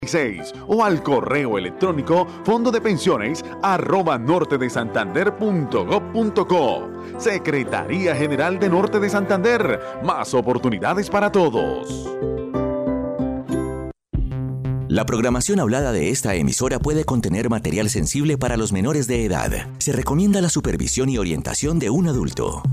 o al correo electrónico fondodepensiones@nortedesantander.gov.co. Secretaría General de Norte de Santander, más oportunidades para todos. La programación hablada de esta emisora puede contener material sensible para los menores de edad. Se recomienda la supervisión y orientación de un adulto.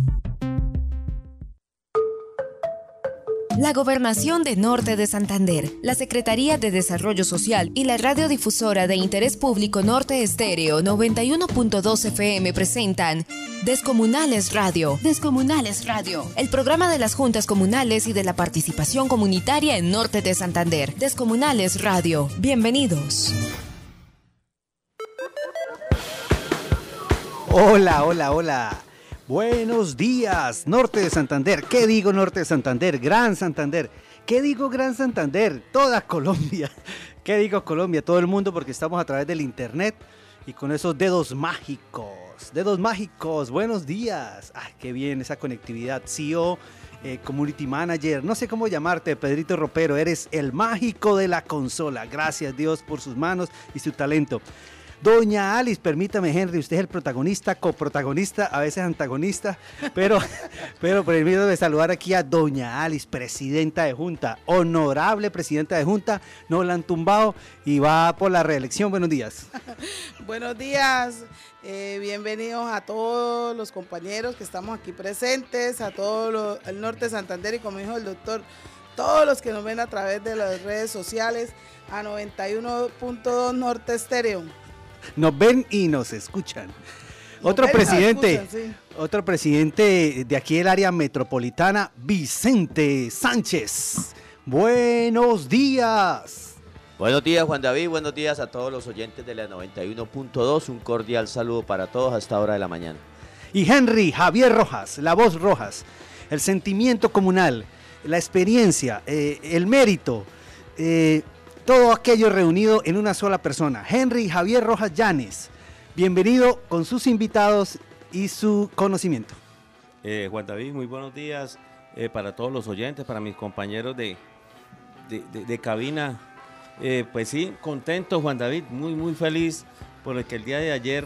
La Gobernación de Norte de Santander, la Secretaría de Desarrollo Social y la radiodifusora de Interés Público Norte Estéreo 91.2 FM presentan Descomunales Radio. Descomunales Radio, el programa de las juntas comunales y de la participación comunitaria en Norte de Santander. Descomunales Radio. Bienvenidos. Hola, hola, hola. Buenos días, Norte de Santander. ¿Qué digo Norte de Santander? Gran Santander. ¿Qué digo Gran Santander? Toda Colombia. ¿Qué digo Colombia? Todo el mundo, porque estamos a través del internet y con esos dedos mágicos. Dedos mágicos, buenos días. Ay, qué bien esa conectividad. CEO, Community Manager, no sé cómo llamarte, Pedrito Ropero. Eres el mágico de la consola. Gracias Dios por sus manos y su talento. Doña Alice, permítame, Henry, usted es el protagonista, coprotagonista, a veces antagonista, pero permítame saludar aquí a Doña Alice, presidenta de Junta, honorable presidenta de Junta, no la han tumbado y va por la reelección. Buenos días. Buenos días, bienvenidos a todos los compañeros que estamos aquí presentes, a todo el Norte de Santander y, como dijo el doctor, todos los que nos ven a través de las redes sociales, a 91.2 Norte Estéreo. Nos ven y nos escuchan. Otro presidente de aquí del área metropolitana, Vicente Sánchez. Buenos días. Buenos días, Juan David, buenos días a todos los oyentes de la 91.2, un cordial saludo para todos a esta hora de la mañana. Y Henry Javier Rojas, la voz Rojas, el sentimiento comunal, la experiencia, el mérito, todo aquello reunido en una sola persona. Henry Javier Rojas Llanes, bienvenido con sus invitados y su conocimiento. Juan David, muy buenos días para todos los oyentes, para mis compañeros de cabina. Pues sí, contento, Juan David, muy feliz porque el día de ayer,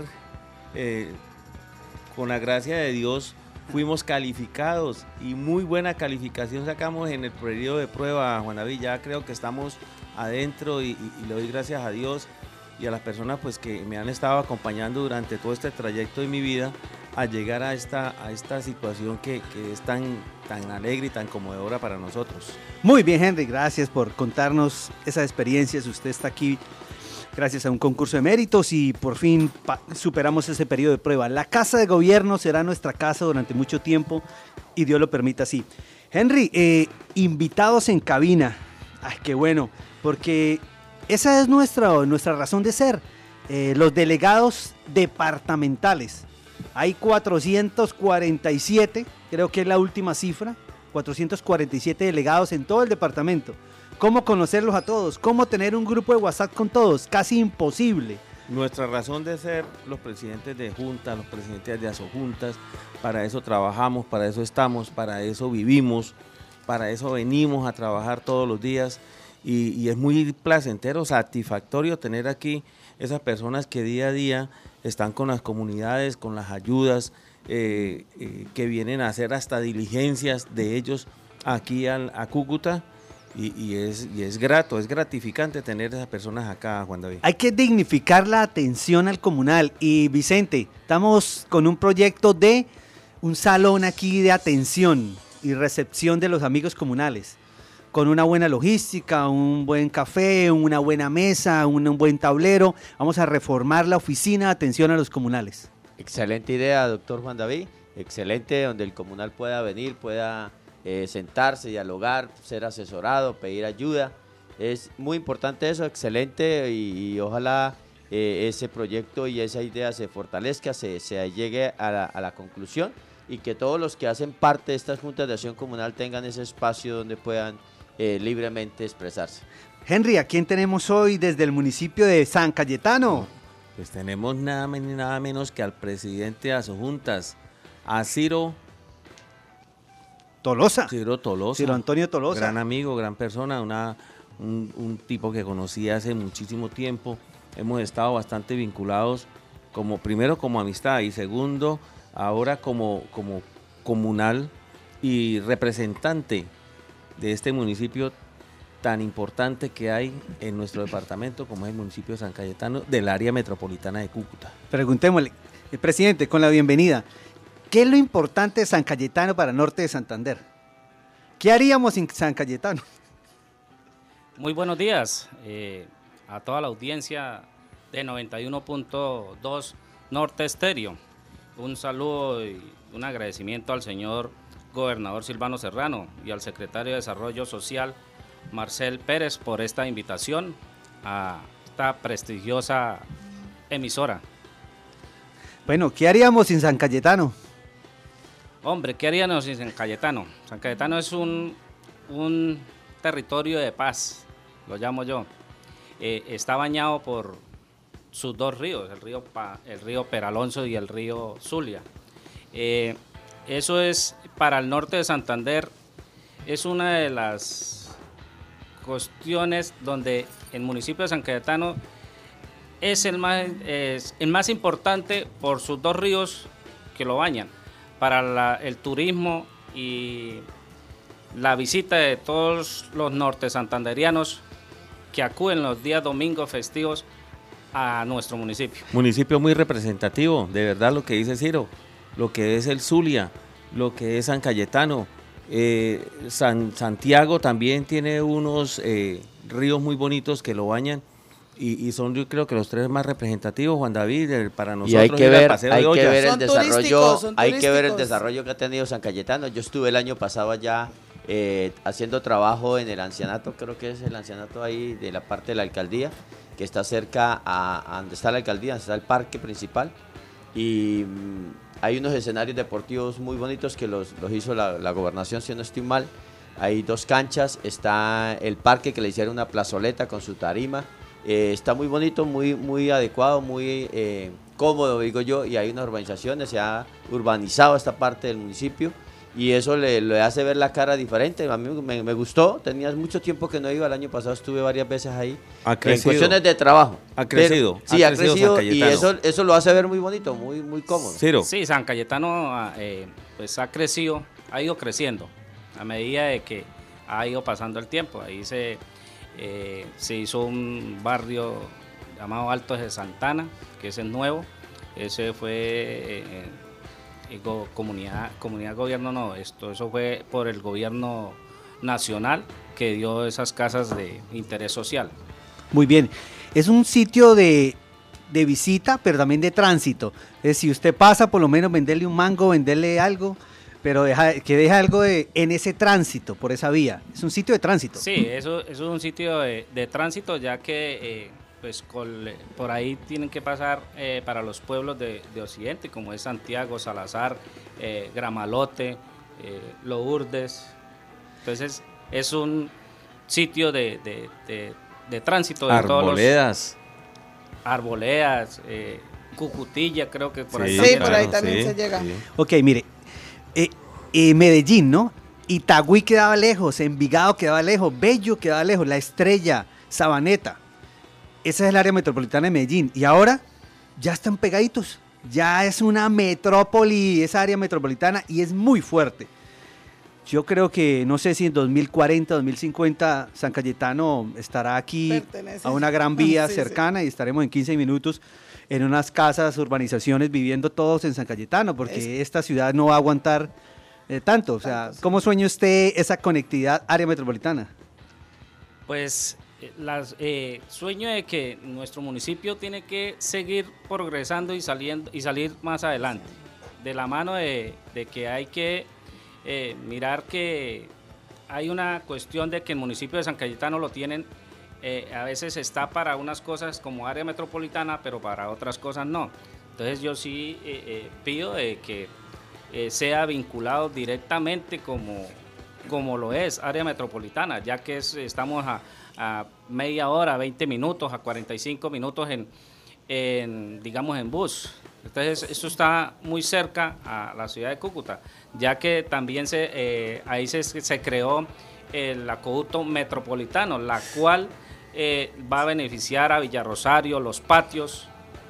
con la gracia de Dios, fuimos calificados y muy buena calificación sacamos en el periodo de prueba, Juan David. Ya creo que estamos adentro y le doy gracias a Dios y a las personas pues que me han estado acompañando durante todo este trayecto de mi vida a llegar a esta situación que es tan alegre y tan conmovedora para nosotros. Muy bien, Henry, gracias por contarnos esas experiencias. Usted está aquí gracias a un concurso de méritos y por fin superamos ese periodo de prueba. La Casa de Gobierno será nuestra casa durante mucho tiempo y Dios lo permita así. Henry, invitados en cabina. Ay, qué bueno, porque esa es nuestra razón de ser. Los delegados departamentales. Hay 447, creo que es la última cifra, 447 delegados en todo el departamento. ¿Cómo conocerlos a todos? ¿Cómo tener un grupo de WhatsApp con todos? Casi imposible. Nuestra razón de ser, los presidentes de juntas, los presidentes de asojuntas, para eso trabajamos, para eso estamos, para eso vivimos, para eso venimos a trabajar todos los días y es muy placentero, satisfactorio tener aquí esas personas que día a día están con las comunidades, con las ayudas, que vienen a hacer hasta diligencias de ellos aquí a Cúcuta. Y es grato, es gratificante tener esas personas acá, Juan David. Hay que dignificar la atención al comunal. Y Vicente, estamos con un proyecto de un salón aquí de atención y recepción de los amigos comunales, con una buena logística, un buen café, una buena mesa, un buen tablero. Vamos a reformar la oficina de atención a los comunales. Excelente idea, doctor Juan David, excelente, donde el comunal pueda venir, pueda sentarse, dialogar, ser asesorado, pedir ayuda. Es muy importante eso, excelente, y ojalá ese proyecto y esa idea se fortalezca, se llegue a la conclusión y que todos los que hacen parte de estas juntas de acción comunal tengan ese espacio donde puedan libremente expresarse. Henry, ¿a quién tenemos hoy desde el municipio de San Cayetano? Pues tenemos nada menos que al presidente de Asojuntas, a Ciro Tolosa. Ciro Tolosa. Ciro Antonio Tolosa. Gran amigo, gran persona, un tipo que conocí hace muchísimo tiempo. Hemos estado bastante vinculados, primero como amistad y segundo, ahora como comunal y representante de este municipio tan importante que hay en nuestro departamento, como es el municipio de San Cayetano, del área metropolitana de Cúcuta. Preguntémosle, presidente, con la bienvenida, ¿qué es lo importante de San Cayetano para Norte de Santander? ¿Qué haríamos sin San Cayetano? Muy buenos días a toda la audiencia de 91.2 Norte Estéreo. Un saludo y un agradecimiento al señor gobernador Silvano Serrano y al secretario de Desarrollo Social Marcel Pérez por esta invitación a esta prestigiosa emisora. Bueno, ¿qué haríamos sin San Cayetano? Hombre, ¿qué haríamos sin San Cayetano? San Cayetano es un territorio de paz, lo llamo yo. Está bañado por sus dos ríos, el río Peralonso y el río Zulia. Eso es, para el norte de Santander, es una de las cuestiones donde el municipio de San Cayetano es el más importante por sus dos ríos que lo bañan, para el turismo y la visita de todos los norte santanderianos que acuden los días domingos festivos a nuestro municipio. Municipio muy representativo, de verdad lo que dice Ciro, lo que es el Zulia, lo que es San Cayetano, Santiago también tiene unos ríos muy bonitos que lo bañan y son, yo creo que los tres más representativos, Juan David, para nosotros. Y hay que ver, hay que ver el desarrollo que ha tenido San Cayetano. Yo estuve el año pasado allá haciendo trabajo en el ancianato, creo que es el ancianato ahí de la parte de la alcaldía, que está cerca a donde está la alcaldía, donde está el parque principal, y hay unos escenarios deportivos muy bonitos que los hizo la gobernación, si no estoy mal. Hay dos canchas, está el parque que le hicieron una plazoleta con su tarima, está muy bonito, muy adecuado, muy cómodo, digo yo, y hay unas urbanizaciones, se ha urbanizado esta parte del municipio y eso le hace ver la cara diferente. A mí me gustó, tenías mucho tiempo que no iba, el año pasado estuve varias veces ahí en cuestiones de trabajo. Ha crecido. Sí, ha crecido y eso lo hace ver muy bonito, muy cómodo. Ciro. Sí, San Cayetano pues ha crecido, ha ido creciendo a medida de que ha ido pasando el tiempo. Ahí se hizo un barrio llamado Altos de Santana, que ese es nuevo. Ese fue comunidad gobierno, no, eso fue por el gobierno nacional que dio esas casas de interés social. Muy bien, es un sitio de visita, pero también de tránsito. Si usted pasa, por lo menos venderle un mango, venderle algo, pero que deja algo en ese tránsito, por esa vía. Es un sitio de tránsito. Sí, eso es un sitio de tránsito, ya que pues por ahí tienen que pasar para los pueblos de Occidente, como es Santiago, Salazar, Gramalote, Lourdes. Entonces es un sitio de tránsito de Arboledas. Arboledas, Cucutilla, creo que por ahí Sí, por ahí también se llega. Sí. Ok, mire, Medellín, ¿no? Itagüí quedaba lejos, Envigado quedaba lejos, Bello quedaba lejos, La Estrella, Sabaneta. Esa es el área metropolitana de Medellín. Y ahora ya están pegaditos. Ya es una metrópoli, esa área metropolitana, y es muy fuerte. Yo creo que, no sé si en 2040, 2050, San Cayetano estará aquí a una gran vía cercana y estaremos en 15 minutos en unas casas, urbanizaciones, viviendo todos en San Cayetano, porque esta ciudad no va a aguantar tanto. O sea, ¿cómo sueña usted esa conectividad área metropolitana? Pues sueño de que nuestro municipio tiene que seguir progresando y salir más adelante, de la mano de que hay que mirar que hay una cuestión de que el municipio de San Cayetano lo tienen, a veces está para unas cosas como área metropolitana, pero para otras cosas no. Entonces yo sí pido de que sea vinculado directamente como lo es área metropolitana, ya que estamos a media hora, 20 minutos, a 45 minutos digamos en bus. Entonces eso está muy cerca a la ciudad de Cúcuta, ya que también ahí se creó el acueducto metropolitano, la cual va a beneficiar a Villarrosario, los patios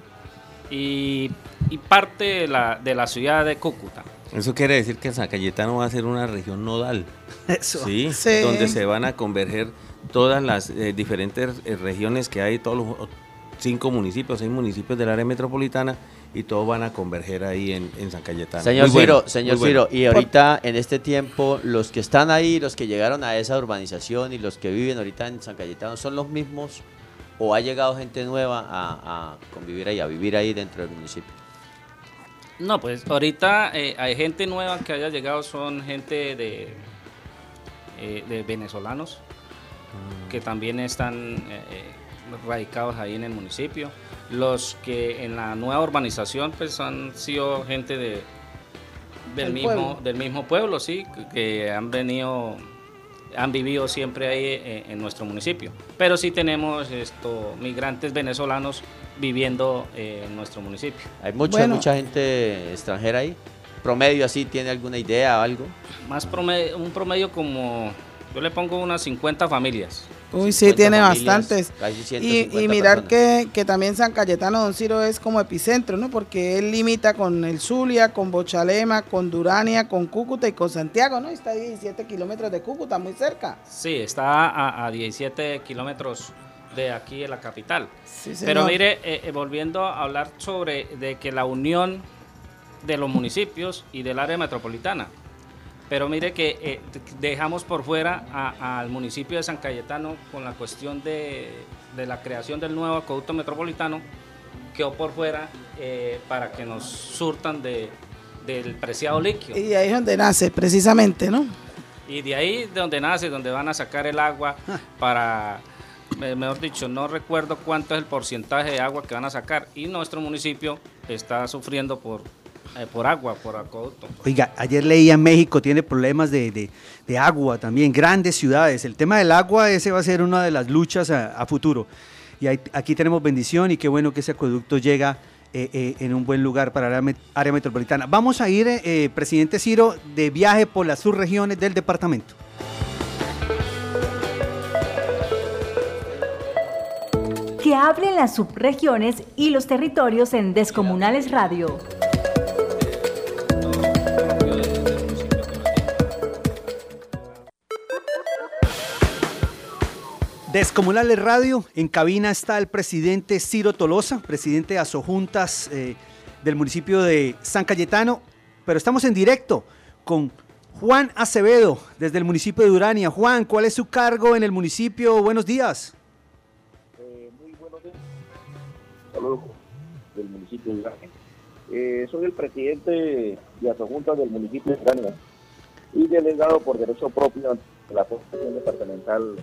y parte de la ciudad de Cúcuta. Eso quiere decir que San Cayetano va a ser una región nodal. Eso. Sí. Donde se van a converger todas las diferentes regiones que hay, todos los 6 municipios del área metropolitana, y todos van a converger ahí en San Cayetano. Señor Muy bueno, Ciro, muy bueno. y ahorita en este tiempo, los que están ahí, los que llegaron a esa urbanización y los que viven ahorita en San Cayetano, ¿son los mismos o ha llegado gente nueva a convivir ahí, a vivir ahí dentro del municipio? No, pues ahorita hay gente nueva que haya llegado, son gente de venezolanos que también están radicados ahí en el municipio. Los que en la nueva urbanización pues han sido gente del mismo pueblo, sí, que han vivido siempre ahí en nuestro municipio. Pero sí tenemos migrantes venezolanos viviendo en nuestro municipio. Hay mucha gente extranjera ahí. ¿Promedio así tiene alguna idea o algo? Un promedio como, yo le pongo unas 50 familias. Uy, sí, tiene familias, bastantes. Casi 150 Y mirar personas. que también San Cayetano, don Ciro, es como epicentro, ¿no? Porque él limita con el Zulia, con Bochalema, con Durania, con Cúcuta y con Santiago, ¿no? Está a 17 kilómetros de Cúcuta, muy cerca. Sí, está a 17 kilómetros de aquí de la capital. Sí, señor. Pero mire, volviendo a hablar sobre de que la unión de los municipios y del área metropolitana. Pero mire que dejamos por fuera al municipio de San Cayetano con la cuestión de la creación del nuevo acueducto metropolitano, quedó por fuera para que nos surtan del preciado líquido. Y ahí es donde nace, precisamente, ¿no? Y de ahí de donde nace, donde van a sacar el agua para, mejor dicho, no recuerdo cuánto es el porcentaje de agua que van a sacar, y nuestro municipio está sufriendo por agua, por acueducto. Oiga, ayer leía México tiene problemas de agua también, grandes ciudades. El tema del agua, ese va a ser una de las luchas a futuro. Y aquí tenemos bendición y qué bueno que ese acueducto llega en un buen lugar para la área metropolitana. Vamos a ir, presidente Ciro, de viaje por las subregiones del departamento. Que hablen las subregiones y los territorios en Descomunales Radio. Descomunales Radio, en cabina está el presidente Ciro Tolosa, presidente de Asojuntas del municipio de San Cayetano, pero estamos en directo con Juan Acevedo desde el municipio de Durania. Juan, ¿cuál es su cargo en el municipio? Buenos días. Muy buenos días. Saludos del municipio de Durania. Soy el presidente de Asojuntas del municipio de Durania y delegado por derecho propio de la Asociación Departamental.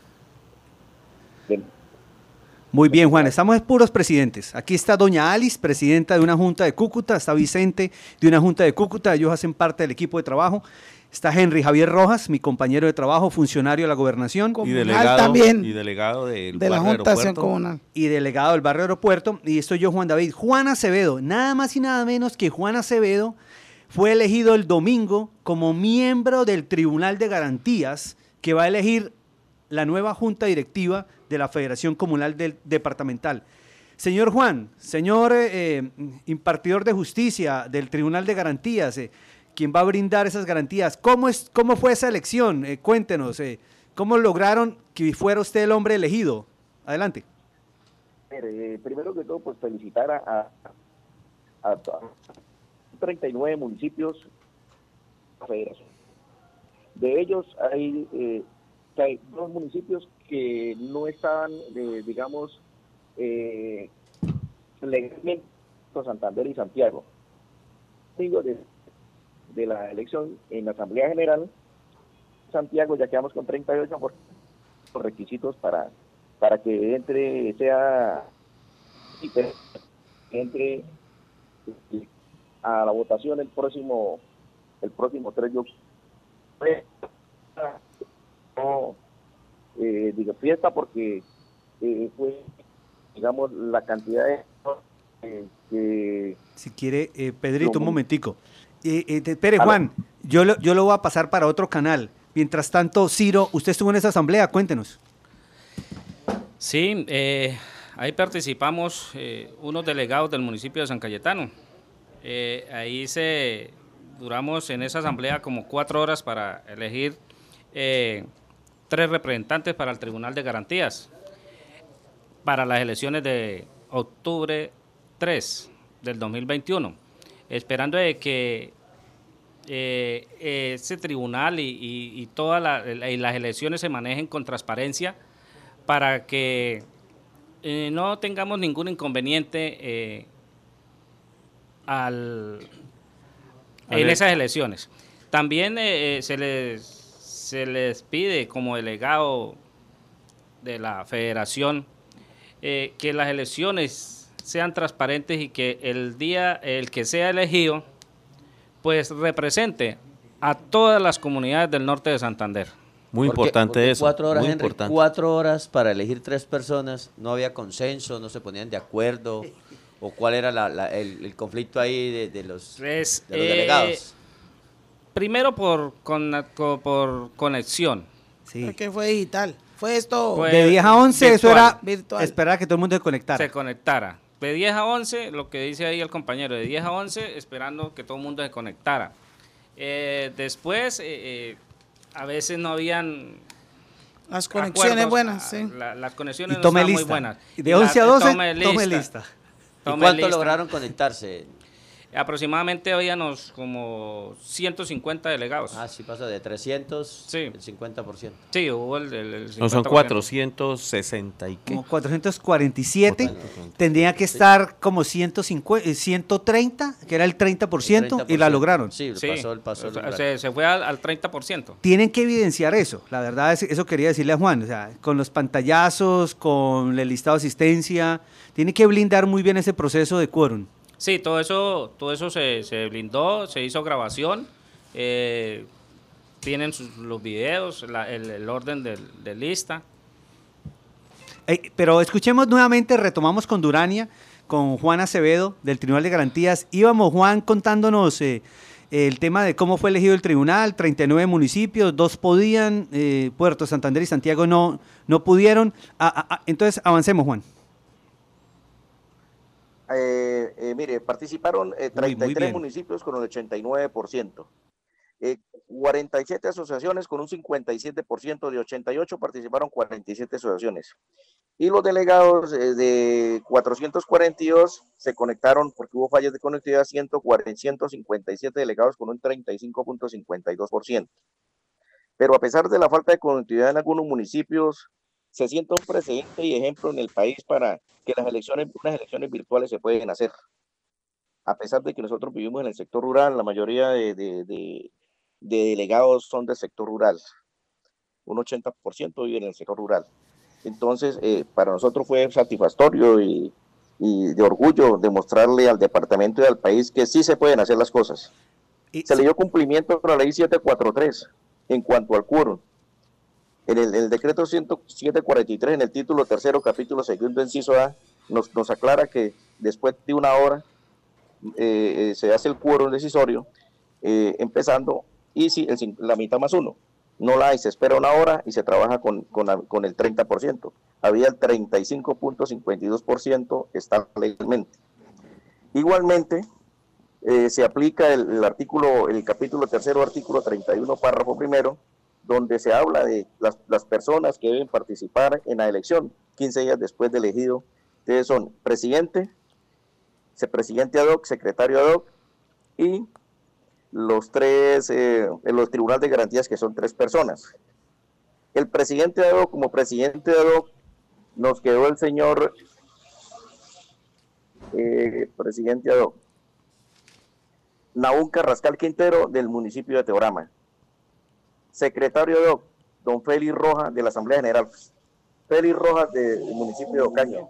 Muy bien, Juan, estamos puros presidentes. Aquí está doña Alice, presidenta de una junta de Cúcuta, está Vicente de una junta de Cúcuta, ellos hacen parte del equipo de trabajo. Está Henry Javier Rojas, mi compañero de trabajo, funcionario de la gobernación. Y delegado también. Y delegado del De la barrio Junta de Acción Aeropuerto. Comunal. Y delegado del barrio Aeropuerto, y estoy yo, Juan David. Juan Acevedo, nada más y nada menos que Juan Acevedo, fue elegido el domingo como miembro del Tribunal de Garantías que va a elegir la nueva junta directiva de la Federación Comunal Departamental. Señor Juan, señor impartidor de justicia del Tribunal de Garantías, quien va a brindar esas garantías, ¿cómo fue esa elección? Cuéntenos, ¿cómo lograron que fuera usted el hombre elegido? Adelante. Primero que todo, pues felicitar a 39 municipios de la Federación. De ellos hay 2 municipios que no estaban, digamos, legalmente, Santander y Santiago. Digo, de la elección en la Asamblea General, Santiago ya quedamos con 38 por los requisitos para que entre a la votación el próximo 3 de octubre. Digo fiesta porque fue, digamos, la cantidad de si quiere, Pedrito, un momentico. Espere, Juan, yo lo voy a pasar para otro canal. Mientras tanto, Ciro, usted estuvo en esa asamblea, cuéntenos. Sí, ahí participamos unos delegados del municipio de San Cayetano. Ahí duramos en esa asamblea como 4 horas para elegir 3 representantes para el Tribunal de Garantías para las elecciones de octubre 3 del 2021, esperando de que ese tribunal y todas las elecciones se manejen con transparencia para que no tengamos ningún inconveniente en esas elecciones. También se les pide como delegado de la federación que las elecciones sean transparentes y que el que sea elegido pues represente a todas las comunidades del norte de Santander. Muy importante eso. 4 horas, muy Henry, importante. 4 horas para elegir 3 personas, no había consenso, no se ponían de acuerdo, o cuál era el conflicto ahí de los delegados. Primero por conexión. Sí. Porque fue digital. Fue esto. De 10 a 11 eso era virtual. esperar a que todo el mundo se conectara. De 10 a 11, lo que dice ahí el compañero, de 10 a 11 esperando que todo el mundo se conectara. Después, a veces no habían las conexiones acuerdos, buenas, sí. Las conexiones y no estaban lista. muy buenas. De 11 a 12, tome ¿Y lista. cuánto lograron conectarse? Aproximadamente habíamos como 150 delegados. Ah, sí, pasa de 300, sí. El 50%. Sí, hubo el 50%. No, son 460 y qué. Como 447, tendría que estar como 130, que era el 30%, y la lograron. Sí, pasó se fue al 30%. Tienen que evidenciar eso, la verdad, eso quería decirle a Juan, o sea, con los pantallazos, con el listado de asistencia, tiene que blindar muy bien ese proceso de quórum. Sí, todo eso se blindó, se hizo grabación, tienen los videos, el orden de lista. Pero escuchemos nuevamente, retomamos con Durania, con Juan Acevedo del Tribunal de Garantías. Íbamos, Juan, contándonos el tema de cómo fue elegido el tribunal, 39 municipios, 2 podían, Puerto Santander y Santiago no pudieron. Entonces, avancemos, Juan. Mire, participaron 33 municipios con el 89%, 47 asociaciones con un 57%, de 88 participaron 47 asociaciones. Y los delegados de 442 se conectaron porque hubo fallas de conectividad, 157 delegados con un 35.52%. Pero a pesar de la falta de conectividad en algunos municipios, se siente un precedente y ejemplo en el país para que unas elecciones virtuales se pueden hacer. A pesar de que nosotros vivimos en el sector rural, la mayoría de delegados son del sector rural. Un 80% vive en el sector rural. Entonces, para nosotros fue satisfactorio y de orgullo demostrarle al departamento y al país que sí se pueden hacer las cosas. Se le dio cumplimiento a la ley 743 en cuanto al quórum. En el decreto 743, en el título 3, capítulo 2, inciso A, nos aclara que después de 1 hora se hace el quórum decisorio, empezando, y si la mitad más 1. No la hay, se espera 1 hora y se trabaja con el 30%. Había el 35.52% está legalmente. Igualmente, se aplica el capítulo 3, artículo 31, párrafo 1, donde se habla de las personas que deben participar en la elección 15 días después de elegido. Ustedes son presidente, vicepresidente ad hoc, secretario ad hoc y los tres, en los tribunales de garantías, que son 3 personas. El presidente ad hoc, como presidente ad hoc, nos quedó el señor presidente ad hoc, Nahum Carrascal Quintero, del municipio de Teorama. Secretario ad hoc, don Félix Rojas, de la Asamblea General. Félix Rojas, del municipio de Ocaña.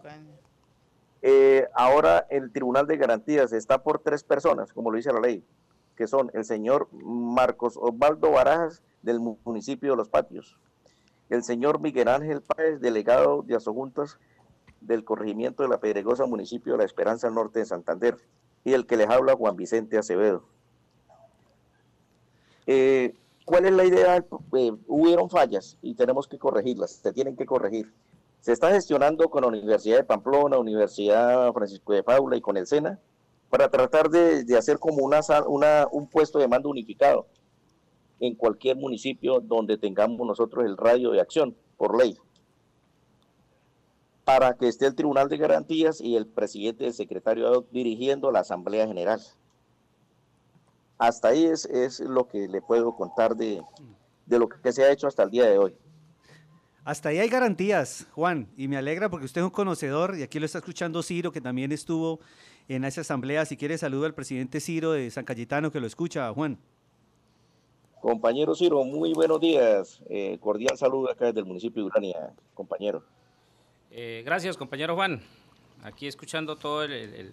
Ahora el Tribunal de Garantías está por 3 personas, como lo dice la ley, que son el señor Marcos Osvaldo Barajas, del municipio de Los Patios, el señor Miguel Ángel Páez, delegado de Asojuntas del corregimiento de La Pedregosa, municipio de La Esperanza, al norte de Santander, y el que les habla, Juan Vicente Acevedo. ¿Cuál es la idea? Hubieron fallas y tenemos que corregirlas, se tienen que corregir. Se está gestionando con la Universidad de Pamplona, Universidad Francisco de Paula y con el SENA para tratar de hacer como un puesto de mando unificado en cualquier municipio donde tengamos nosotros el radio de acción, por ley, para que esté el Tribunal de Garantías y el presidente y el secretario dirigiendo la Asamblea General. Hasta ahí es lo que le puedo contar de lo que se ha hecho hasta el día de hoy. Hasta ahí hay garantías, Juan, y me alegra porque usted es un conocedor, y aquí lo está escuchando Ciro, que también estuvo en esa asamblea. Si quiere, saludo al presidente Ciro de San Cayetano, que lo escucha, Juan. Compañero Ciro, muy buenos días. Cordial saludo acá desde el municipio de Urania, compañero. Gracias, compañero Juan. Aquí escuchando todo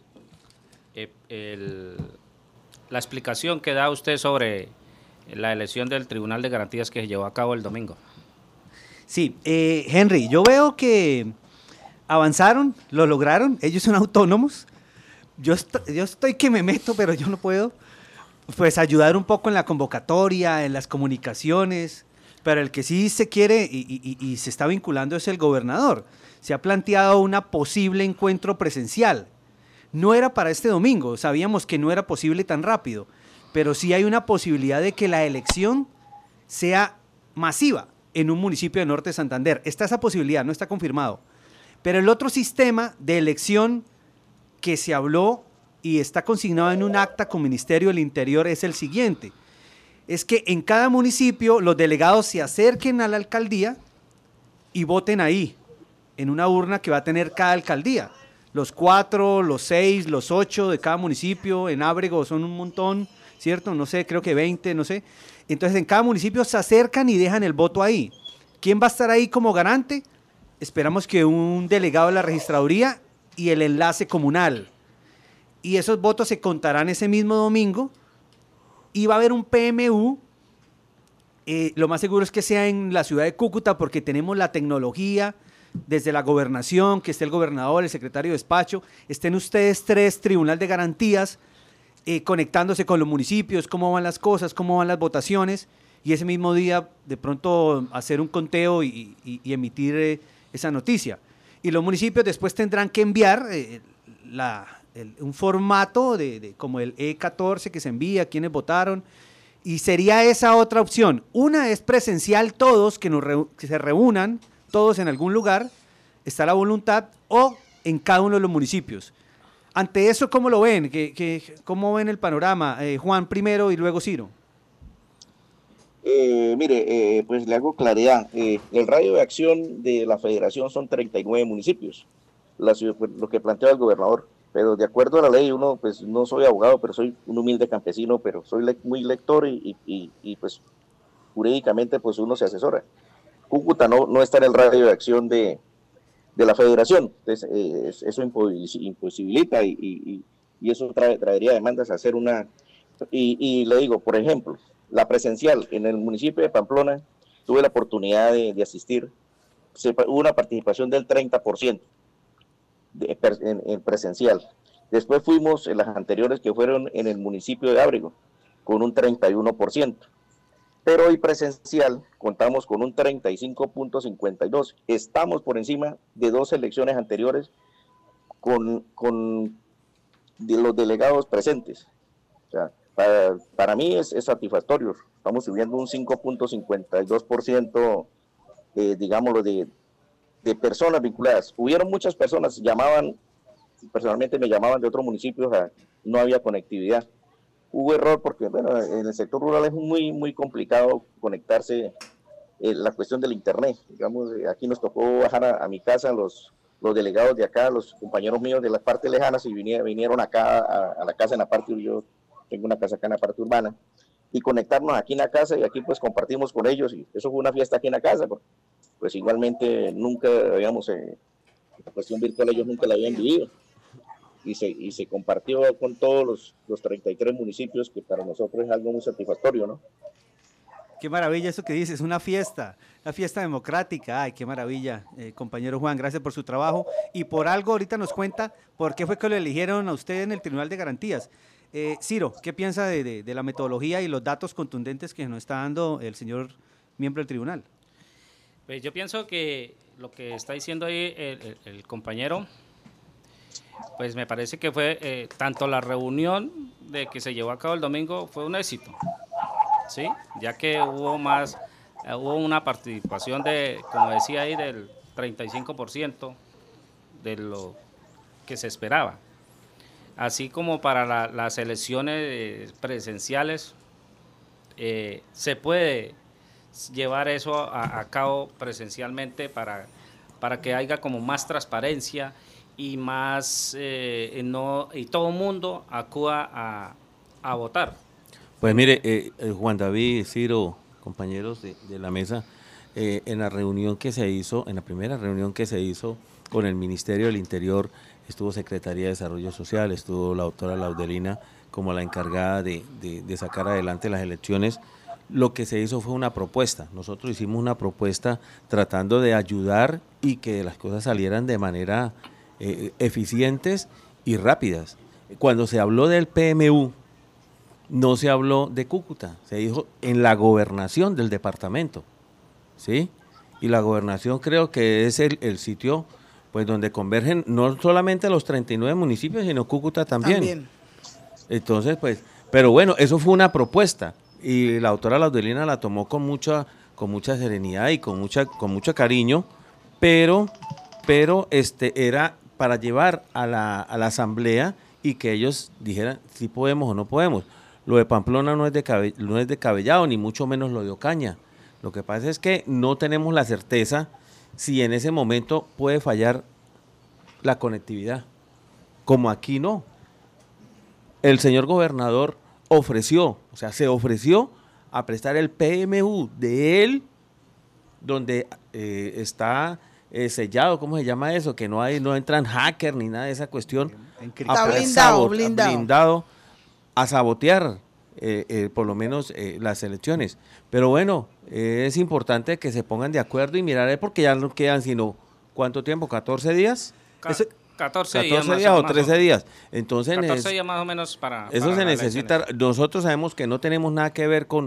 la explicación que da usted sobre la elección del Tribunal de Garantías que se llevó a cabo el domingo. Sí, Henry, yo veo que avanzaron, lo lograron, ellos son autónomos. Yo estoy que me meto, pero yo no puedo. Pues ayudar un poco en la convocatoria, en las comunicaciones, pero el que sí se quiere y se está vinculando es el gobernador. Se ha planteado una posible encuentro presencial. No era para este domingo, sabíamos que no era posible tan rápido, pero sí hay una posibilidad de que la elección sea masiva en un municipio de Norte de Santander. Está esa posibilidad, no está confirmado. Pero el otro sistema de elección que se habló y está consignado en un acta con Ministerio del Interior es el siguiente. Es que en cada municipio los delegados se acerquen a la alcaldía y voten ahí, en una urna que va a tener cada alcaldía. Los 4, los 6, los 8 de cada municipio, en Ábrego son un montón, ¿cierto? No sé, creo que 20, no sé. Entonces en cada municipio se acercan y dejan el voto ahí. ¿Quién va a estar ahí como garante? Esperamos que un delegado de la registraduría y el enlace comunal. Y esos votos se contarán ese mismo domingo y va a haber un PMU. Lo más seguro es que sea en la ciudad de Cúcuta porque tenemos la tecnología desde la gobernación, que esté el gobernador, el secretario de despacho, estén ustedes 3, Tribunal de Garantías, conectándose con los municipios, cómo van las cosas, cómo van las votaciones, y ese mismo día de pronto hacer un conteo y emitir esa noticia. Y los municipios después tendrán que enviar un formato como el E14 que se envía, quienes votaron, y sería esa otra opción. Una es presencial todos, que se reúnan todos en algún lugar, está la voluntad, o en cada uno de los municipios. Ante eso, ¿cómo lo ven? ¿Cómo ven el panorama? Juan primero y luego Ciro. Mire, pues le hago claridad. El radio de acción de la federación son 39 municipios, lo que plantea el gobernador. Pero de acuerdo a la ley, uno, pues no soy abogado, pero soy un humilde campesino, pero soy muy lector y pues jurídicamente pues uno se asesora. Cúcuta no está en el radio de acción de la federación, entonces eso imposibilita y eso traería demandas a hacer una... Y le digo, por ejemplo, la presencial en el municipio de Pamplona, tuve la oportunidad de asistir, hubo una participación del 30%. En presencial. Después fuimos en las anteriores que fueron en el municipio de Ábrego con un 31%. Pero hoy presencial contamos con un 35.52%. Estamos por encima de 2 elecciones anteriores con los delegados presentes. O sea, para mí es satisfactorio. Estamos subiendo un 5.52%, digámoslo, de personas vinculadas. Hubieron muchas personas, personalmente me llamaban de otros municipios, no había conectividad. Hubo error porque, bueno, en el sector rural es muy, muy complicado conectarse, la cuestión del internet. Digamos, aquí nos tocó bajar a mi casa los delegados de acá, los compañeros míos de las partes lejanas y vinieron acá a la casa en la parte, yo tengo una casa acá en la parte urbana, y conectarnos aquí en la casa y aquí pues compartimos con ellos y eso fue una fiesta aquí en la casa, pues igualmente nunca habíamos, la cuestión virtual ellos nunca la habían vivido y se compartió con todos los 33 municipios, que para nosotros es algo muy satisfactorio, ¿no? Qué maravilla eso que dices, una fiesta democrática. Ay, qué maravilla, compañero Juan, gracias por su trabajo y por algo ahorita nos cuenta por qué fue que lo eligieron a usted en el Tribunal de Garantías. Ciro, ¿qué piensa de la metodología y los datos contundentes que nos está dando el señor miembro del tribunal? Pues yo pienso que lo que está diciendo ahí el compañero, pues me parece que fue tanto la reunión de que se llevó a cabo el domingo fue un éxito, ¿sí? Ya que hubo una participación como decía ahí, del 35% de lo que se esperaba. Así como para las elecciones presenciales, se puede llevar eso a cabo presencialmente para que haya como más transparencia y más y todo el mundo acuda a votar. Pues mire, Juan David, Ciro, compañeros de la mesa, en la reunión que se hizo, en la primera reunión que se hizo con el Ministerio del Interior, estuvo Secretaría de Desarrollo Social, estuvo la doctora Laudelina como la encargada de sacar adelante las elecciones. Lo que se hizo fue una propuesta. Nosotros hicimos una propuesta tratando de ayudar y que las cosas salieran de manera eficientes y rápidas. Cuando se habló del PMU, no se habló de Cúcuta, se dijo en la gobernación del departamento, ¿sí? Y la gobernación creo que es el sitio pues donde convergen no solamente los 39 municipios, sino Cúcuta también. Entonces, pues, pero bueno, eso fue una propuesta y la doctora Laudelina la tomó con mucha serenidad y con mucho cariño, pero era para llevar a la asamblea y que ellos dijeran si podemos o no podemos. Lo de Pamplona no es descabellado, ni mucho menos lo de Ocaña. Lo que pasa es que no tenemos la certeza si en ese momento puede fallar la conectividad. Como aquí no. El señor gobernador se ofreció a prestar el PMU de él, donde está sellado, ¿cómo se llama eso? Que no entran hackers ni nada de esa cuestión. Está blindado. A sabotear por lo menos las elecciones. Pero bueno, es importante que se pongan de acuerdo y mirar, porque ya no quedan sino, ¿cuánto tiempo? ¿14 días? 14 días o 13 días. Entonces, 14 días más o menos eso se necesita. Nosotros sabemos que no tenemos nada que ver con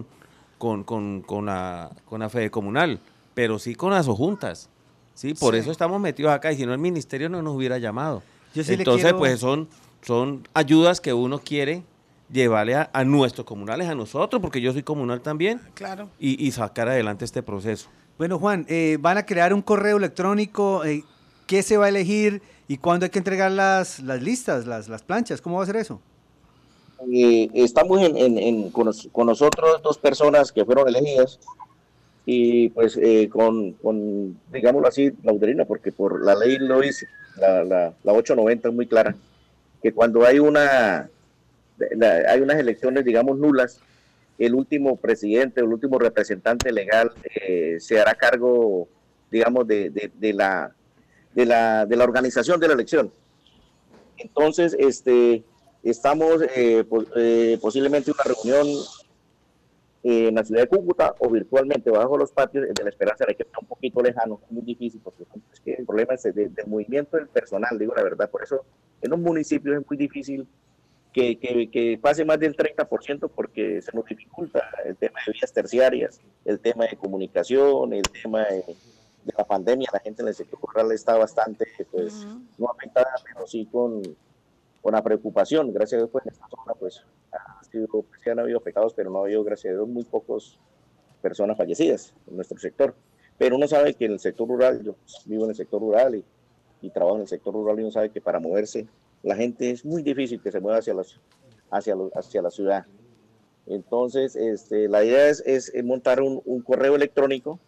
la Fede Comunal, pero sí con las juntas. ¿Sí? Por eso estamos metidos acá, y si no el ministerio no nos hubiera llamado. Entonces, pues son ayudas que uno quiere llevarle a nuestros comunales, a nosotros, porque yo soy comunal también, claro, y sacar adelante este proceso. Bueno, Juan, van a crear un correo electrónico, ¿qué se va a elegir y cuándo hay que entregar las listas, las planchas? ¿Cómo va a ser eso? Estamos con nosotros 2 personas que fueron elegidas y pues con digámoslo así, Laudelina, porque por la ley lo dice, la 890 es muy clara, que cuando hay unas elecciones, digamos, nulas, el último presidente, el último representante legal se hará cargo, digamos, de la organización de la elección. Entonces, estamos posiblemente en una reunión en la ciudad de Cúcuta o virtualmente bajo los patios de la Esperanza, que está un poquito lejano, es muy difícil, porque es que el problema es del movimiento del personal, digo la verdad. Por eso en los municipios es muy difícil que pase más del 30%, porque se nos dificulta el tema de vías terciarias, el tema de comunicación, el tema de la pandemia. La gente en el sector rural está bastante, pues, no afectada, pero sí con la preocupación. Gracias a Dios, pues, en esta zona, pues, sí han habido pecados, pero no ha habido, gracias a Dios, muy pocas personas fallecidas en nuestro sector. Pero uno sabe que en el sector rural, yo vivo en el sector rural y trabajo en el sector rural, y uno sabe que para moverse la gente es muy difícil que se mueva hacia la ciudad. Entonces, la idea es montar un correo electrónico,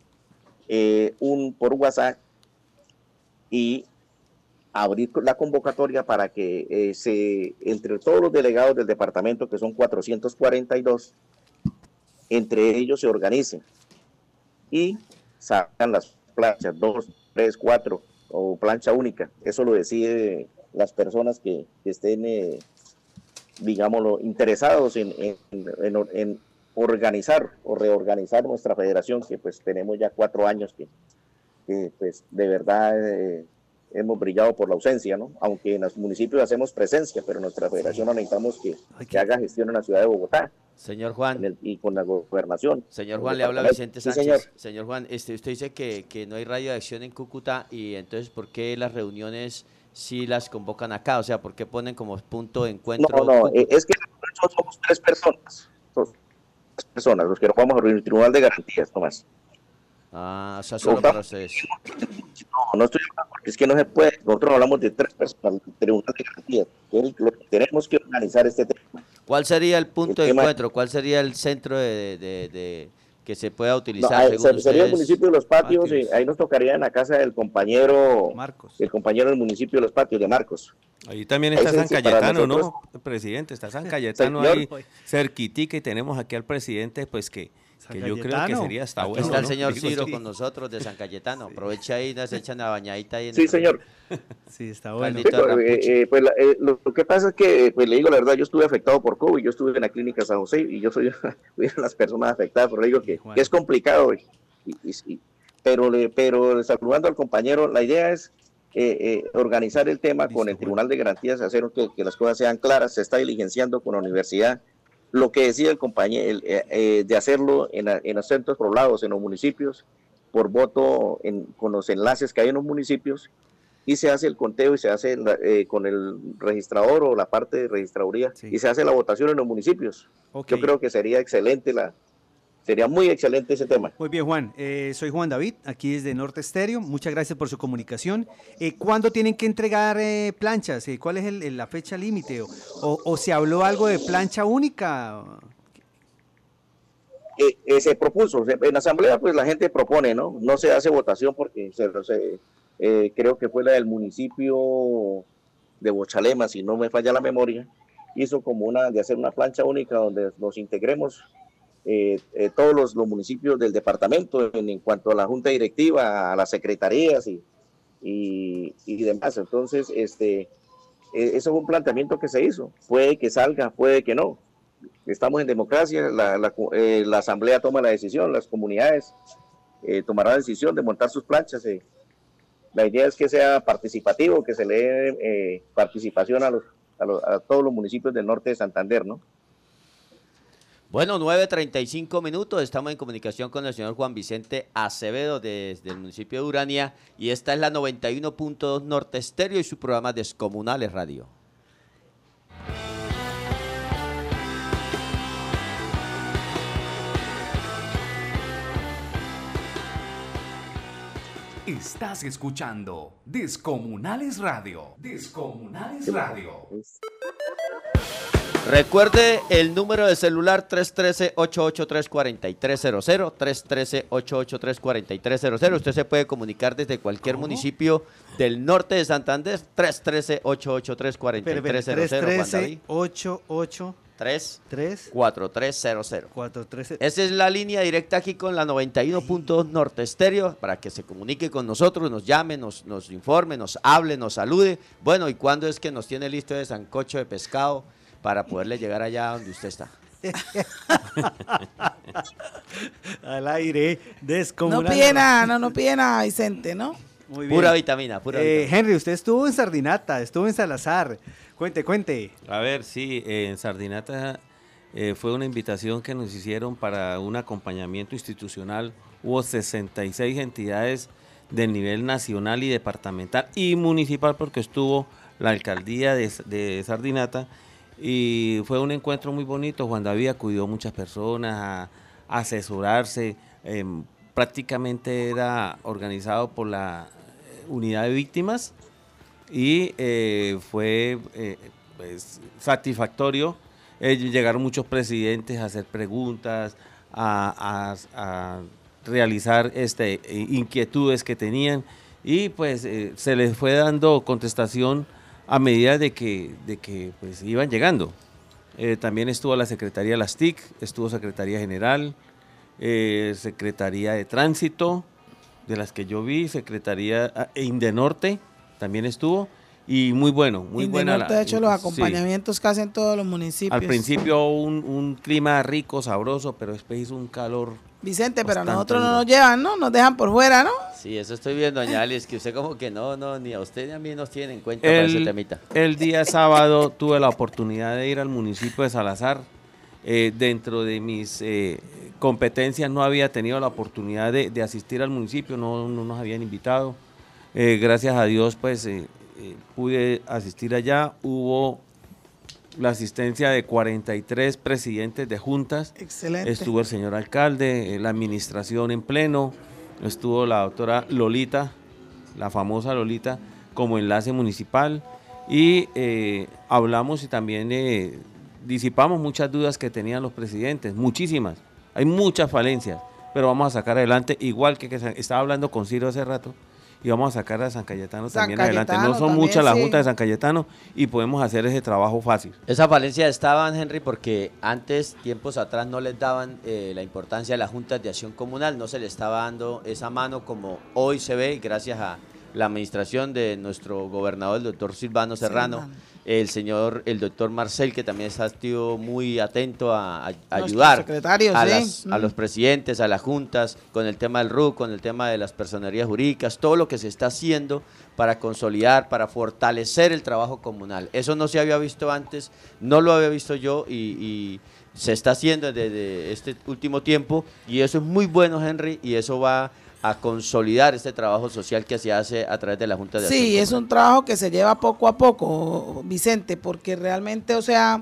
por WhatsApp, y abrir la convocatoria para que entre todos los delegados del departamento, que son 442, entre ellos se organicen y sacan las planchas, 2, 3, 4 o plancha única. Eso lo decide las personas que estén, digámoslo, interesados en organizar o reorganizar nuestra federación, que pues tenemos ya 4 años que pues de verdad hemos brillado por la ausencia, ¿no? Aunque en los municipios hacemos presencia, pero nuestra federación no necesitamos que haga gestión en la ciudad de Bogotá. Señor Juan. Y con la gobernación. Señor Juan, le habla Vicente Sánchez. Sí, señor Juan, usted dice que no hay radio de acción en Cúcuta, y entonces, ¿por qué las reuniones sí las convocan acá? O sea, ¿por qué ponen como punto de encuentro? No, es que somos 3 personas. Somos 3 personas los que nos vamos a reunir en el Tribunal de Garantías, nomás. Ah, o sea, solo para ustedes. No estoy hablando, porque es que no se puede. Nosotros hablamos de 3 personas, el Tribunal de Garantías. Tenemos que organizar este tema. ¿Cuál sería el punto de encuentro? ¿Cuál sería el centro de que se pueda utilizar? Sería el municipio de Los Patios, ahí nos tocaría en la casa del compañero Marcos. El compañero del municipio de Los Patios, de Marcos. Ahí también está San Cayetano, ¿no? Presidente, está San Cayetano ahí cerquitica, y tenemos aquí al presidente, pues que yo creo que sería hasta bueno. Está el señor Ciro con nosotros de San Cayetano. Aprovecha ahí, nos echan la bañadita ahí. Sí, señor. Sí, está bueno. Pues, lo que pasa es que, pues le digo la verdad, yo estuve afectado por COVID, yo estuve en la clínica San José y yo soy una de las personas afectadas, pero le digo que es complicado. Pero saludando al compañero, la idea es organizar el tema con el Tribunal de Garantías, hacer que las cosas sean claras. Se está diligenciando con la universidad lo que decía el compañero, de hacerlo en los centros poblados, en los municipios, por voto, con los enlaces que hay en los municipios, y se hace el conteo y se hace con el registrador o la parte de registraduría, y se hace la votación en los municipios. Yo creo que sería excelente sería muy excelente ese tema. Muy bien, Juan. Soy Juan David, aquí desde Norte Estéreo. Muchas gracias por su comunicación. ¿Cuándo tienen que entregar planchas? ¿Cuál es la fecha límite? ¿O se habló algo de plancha única? Se propuso. En la asamblea, pues la gente propone, ¿no? No se hace votación porque creo que fue la del municipio de Bochalema, si no me falla la memoria, hizo como de hacer una plancha única donde nos integremos todos los municipios del departamento en cuanto a la junta directiva, a las secretarías y demás. Entonces, eso fue un planteamiento que se hizo. Puede que salga, puede que no. Estamos en democracia, la asamblea toma la decisión, las comunidades tomarán la decisión de montar sus planchas. La idea es que sea participativo, que se le dé participación a todos los municipios del norte de Santander, ¿no? Bueno, 9:35 minutos, estamos en comunicación con el señor Juan Vicente Acevedo desde el municipio de Urania, y esta es la 91.2 Norte Estéreo y su programa Descomunales Radio. Estás escuchando Descomunales Radio. Descomunales Radio. Recuerde el número de celular 313-883-4300, 313-883-4300. Usted se puede comunicar desde cualquier municipio del norte de Santander, 313-883-4300. 313-883-4300. Esa es la línea directa aquí con la 91.2 Norte Estéreo, para que se comunique con nosotros, nos llame, nos informe, nos hable, nos salude. Bueno, ¿y cuándo es que nos tiene listo de sancocho de pescado para poderle llegar allá donde usted está? Al aire, descomunal. No pide nada, Vicente, ¿no? Muy bien. Pura vitamina. Henry, usted estuvo en Sardinata, estuvo en Salazar. Cuente. A ver, sí, en Sardinata fue una invitación que nos hicieron para un acompañamiento institucional. Hubo 66 entidades del nivel nacional y departamental y municipal, porque estuvo la alcaldía de Sardinata, y fue un encuentro muy bonito. Juan David acudió a muchas personas a asesorarse. Prácticamente era organizado por la unidad de víctimas, y fue pues, satisfactorio. Llegaron muchos presidentes a hacer preguntas, a realizar inquietudes que tenían, y pues se les fue dando contestación a medida de que pues, iban llegando. También estuvo la Secretaría de las TIC, estuvo Secretaría General, Secretaría de Tránsito, de las que yo vi, Secretaría Indenorte también estuvo, y muy bueno, muy buena. De hecho, los acompañamientos que hacen todos los municipios. Al principio un clima rico, sabroso, pero después hizo un calor. Vicente, pero a nosotros no nos llevan, ¿no? Nos dejan por fuera, ¿no? Sí, eso estoy viendo, doña Alice, que usted como que no, ni a usted ni a mí nos tienen en cuenta para ese temita. El día sábado tuve la oportunidad de ir al municipio de Salazar. Dentro de mis competencias no había tenido la oportunidad de asistir al municipio, no nos habían invitado. Gracias a Dios, pues pude asistir allá. Hubo la asistencia de 43 presidentes de juntas. Excelente. Estuvo el señor alcalde, la administración en pleno, estuvo la doctora Lolita, la famosa Lolita, como enlace municipal, y hablamos y también disipamos muchas dudas que tenían los presidentes, muchísimas. Hay muchas falencias, pero vamos a sacar adelante, igual que estaba hablando con Ciro hace rato, y vamos a sacar a San Cayetano también adelante. No son muchas las juntas de San Cayetano y podemos hacer ese trabajo fácil. Esa falencia estaban, Henry, porque antes, tiempos atrás, no les daban la importancia a las juntas de acción comunal, no se les estaba dando esa mano como hoy se ve, gracias a la administración de nuestro gobernador, el doctor Silvano Serrano, el doctor Marcel, que también ha estado muy atento a ayudar a los presidentes, a las juntas, con el tema del RUC, con el tema de las personerías jurídicas, todo lo que se está haciendo para consolidar, para fortalecer el trabajo comunal. Eso no se había visto antes, no lo había visto yo y se está haciendo desde este último tiempo y eso es muy bueno, Henry, y eso va a consolidar este trabajo social que se hace a través de la Junta de Acción Comunal. Es un trabajo que se lleva poco a poco, Vicente, porque realmente, o sea,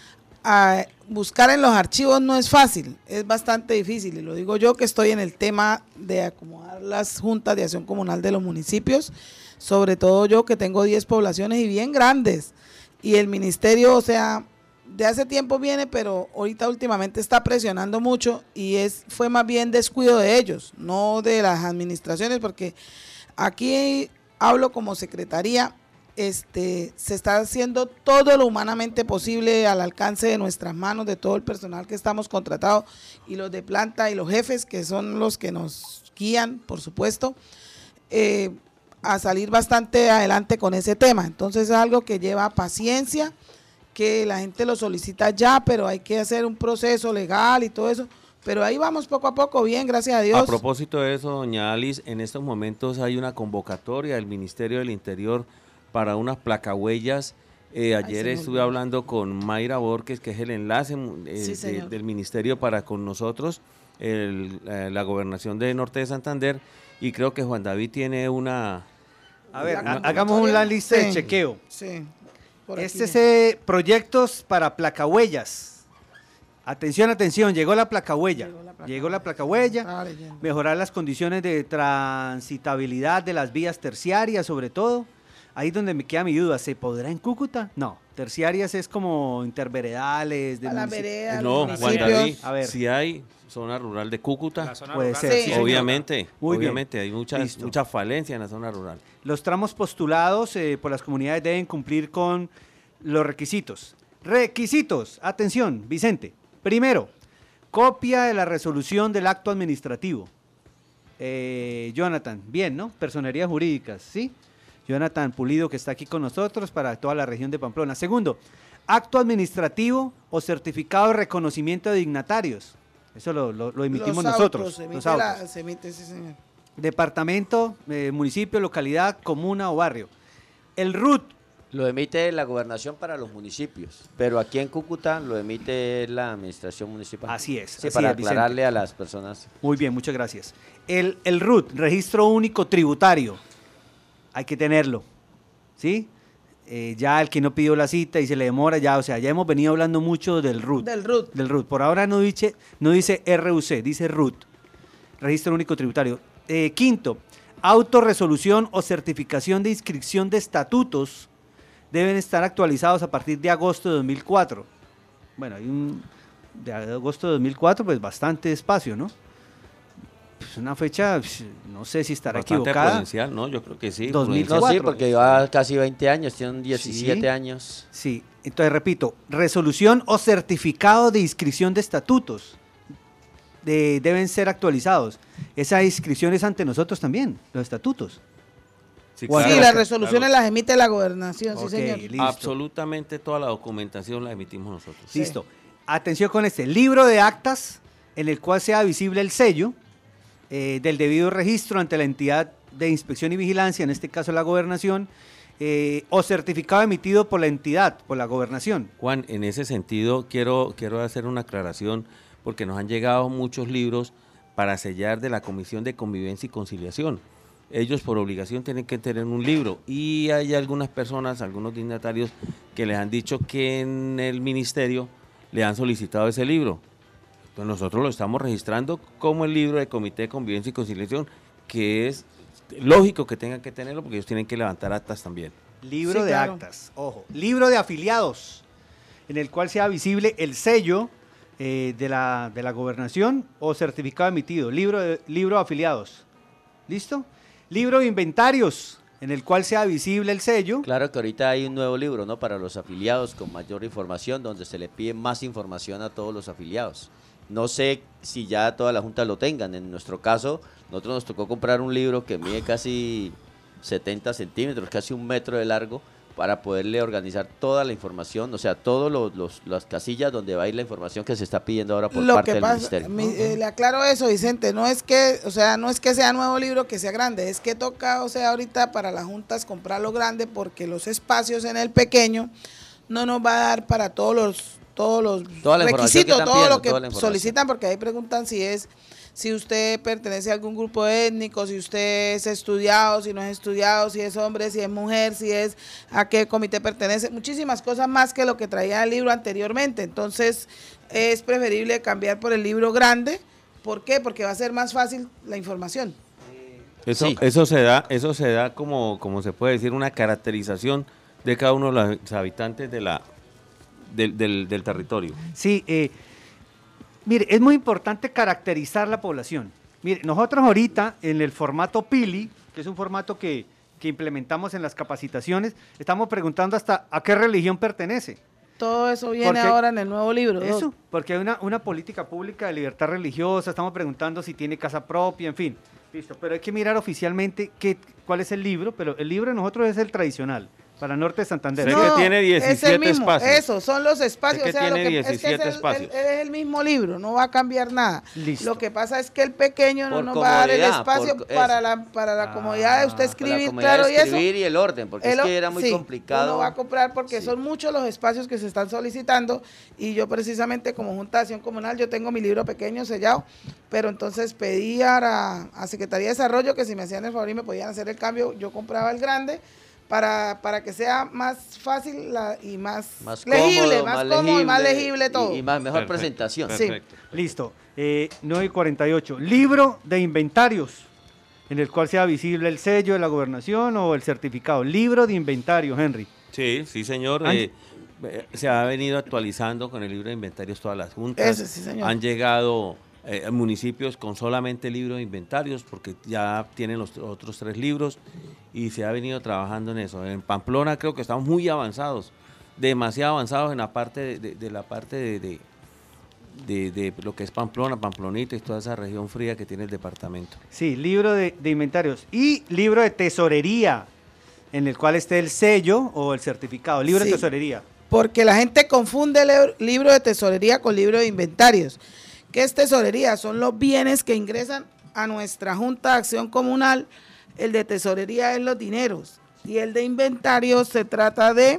buscar en los archivos no es fácil, es bastante difícil, y lo digo yo que estoy en el tema de acomodar las juntas de acción comunal de los municipios, sobre todo yo que tengo 10 poblaciones y bien grandes, y el ministerio, o sea, de hace tiempo viene, pero ahorita últimamente está presionando mucho y fue más bien descuido de ellos, no de las administraciones, porque aquí hablo como secretaría, se está haciendo todo lo humanamente posible al alcance de nuestras manos, de todo el personal que estamos contratados y los de planta y los jefes, que son los que nos guían, por supuesto, a salir bastante adelante con ese tema. Entonces es algo que lleva paciencia, que la gente lo solicita ya, pero hay que hacer un proceso legal y todo eso, pero ahí vamos poco a poco, bien, gracias a Dios. A propósito de eso, doña Alice, en estos momentos hay una convocatoria del Ministerio del Interior para unas placahuellas. Ayer estuve hablando con Mayra Borges, que es el enlace del ministerio para con nosotros, la gobernación de Norte de Santander, y creo que Juan David tiene una... A ver, hagamos una lista de chequeo. Sí. Proyectos para placahuellas. Atención, llegó la placahuella. Mejorar las condiciones de transitabilidad de las vías terciarias, sobre todo. Ahí es donde me queda mi duda, ¿se podrá en Cúcuta? No, terciarias es como interveredales. A la vereda, no, Juan David, a ver. Si hay zona rural de Cúcuta, puede ser. Sí, obviamente, hay muchas falencias en la zona rural. Los tramos postulados por las comunidades deben cumplir con los requisitos. Atención, Vicente. Primero, copia de la resolución del acto administrativo. Jonathan, bien, ¿no? Personerías jurídicas, ¿sí? Jonathan Pulido, que está aquí con nosotros para toda la región de Pamplona. Segundo, acto administrativo o certificado de reconocimiento de dignatarios. Eso lo emitimos nosotros. Se emite, sí, señor. Departamento, municipio, localidad, comuna o barrio. El RUT. Lo emite la gobernación para los municipios, pero aquí en Cúcuta lo emite la administración municipal. Así es. Sí, para aclararle a las personas. Muy bien, muchas gracias. El RUT, Registro Único Tributario. Hay que tenerlo, ¿sí? Ya el que no pidió la cita y se le demora, ya hemos venido hablando mucho del RUT. Del RUT. Por ahora no dice RUC, dice RUT, Registro Único Tributario. Quinto, autorresolución o certificación de inscripción de estatutos deben estar actualizados a partir de agosto de 2004. Bueno, de agosto de 2004, pues bastante espacio, ¿no? Pues una fecha, no sé si estará bastante equivocada. Prudencial, ¿no? Yo creo que sí. 2004. No, sí, porque lleva casi 20 años, tienen 17 años. Sí, entonces repito, resolución o certificado de inscripción de estatutos deben ser actualizados. Esa inscripción es ante nosotros también, los estatutos. Sí, las resoluciones las emite la gobernación, sí señor. Listo. Absolutamente toda la documentación la emitimos nosotros. Listo. Atención con este libro de actas en el cual sea visible el sello del debido registro ante la entidad de inspección y vigilancia, en este caso la gobernación, o certificado emitido por la entidad, por la gobernación. Juan, en ese sentido quiero hacer una aclaración porque nos han llegado muchos libros para sellar de la Comisión de Convivencia y Conciliación. Ellos por obligación tienen que tener un libro y hay algunas personas, algunos dignatarios que les han dicho que en el ministerio le han solicitado ese libro. Entonces nosotros lo estamos registrando como el libro de Comité de Convivencia y Conciliación, que es lógico que tengan que tenerlo porque ellos tienen que levantar actas también. Libro de actas, ojo. Libro de afiliados, en el cual sea visible el sello de la gobernación o certificado emitido. Libro de afiliados. ¿Listo? Libro de inventarios, en el cual sea visible el sello. Claro que ahorita hay un nuevo libro, ¿no? Para los afiliados con mayor información, donde se le pide más información a todos los afiliados. No sé si ya toda la Junta lo tengan. En nuestro caso, nosotros nos tocó comprar un libro que mide casi 70 centímetros, casi 1 metro de largo, para poderle organizar toda la información, o sea, todas las casillas donde va a ir la información que se está pidiendo ahora por parte del ministerio. Le aclaro eso, Vicente, no es que sea nuevo libro, que sea grande, es que toca, ahorita para las juntas comprarlo grande porque los espacios en el pequeño no nos va a dar para todos los requisitos, todo lo que solicitan, porque ahí preguntan si usted pertenece a algún grupo étnico, si usted es estudiado, si no es estudiado, si es hombre, si es mujer, si es a qué comité pertenece, muchísimas cosas más que lo que traía el libro anteriormente. Entonces es preferible cambiar por el libro grande. ¿Por qué? Porque va a ser más fácil la información. Eso se da como se puede decir, una caracterización de cada uno de los habitantes del territorio. Sí, mire, es muy importante caracterizar la población. Mire, nosotros ahorita en el formato PILI, que es un formato que implementamos en las capacitaciones, estamos preguntando hasta a qué religión pertenece. Todo eso viene ahora en el nuevo libro. Eso, porque hay una política pública de libertad religiosa, estamos preguntando si tiene casa propia, en fin. Listo, pero hay que mirar oficialmente cuál es el libro, pero el libro de nosotros es el tradicional. Para Norte de Santander. Sé que tiene 17 espacios. Eso, son los espacios. Sé que tiene 17 espacios. Es el mismo libro, no va a cambiar nada. Listo. Lo que pasa es que el pequeño no nos va a dar el espacio para la comodidad de usted escribir, claro, y eso. Y el orden, porque es que era muy complicado. Uno va a comprar porque son muchos los espacios que se están solicitando y yo precisamente como Junta de Acción Comunal, yo tengo mi libro pequeño sellado, pero entonces pedí a Secretaría de Desarrollo que si me hacían el favor y me podían hacer el cambio, yo compraba el grande, para que sea más fácil y más legible, más cómodo y más legible todo. Y mejor presentación. Perfecto. Sí. Listo. 9:48. Libro de inventarios, en el cual sea visible el sello de la gobernación o el certificado. Libro de inventarios, Henry. Sí, señor. Se ha venido actualizando con el libro de inventarios todas las juntas. Sí, señor. Han llegado municipios con solamente libro de inventarios porque ya tienen los otros 3 libros y se ha venido trabajando en eso. En Pamplona creo que estamos muy avanzados, demasiado avanzados en la parte de lo que es Pamplona, Pamplonita y toda esa región fría que tiene el departamento. Sí, libro de inventarios y libro de tesorería, en el cual esté el sello o el certificado, libro de tesorería. Porque la gente confunde el libro de tesorería con libro de inventarios. ¿Qué es tesorería? Son los bienes que ingresan a nuestra Junta de Acción Comunal. El de tesorería es los dineros y el de inventario se trata de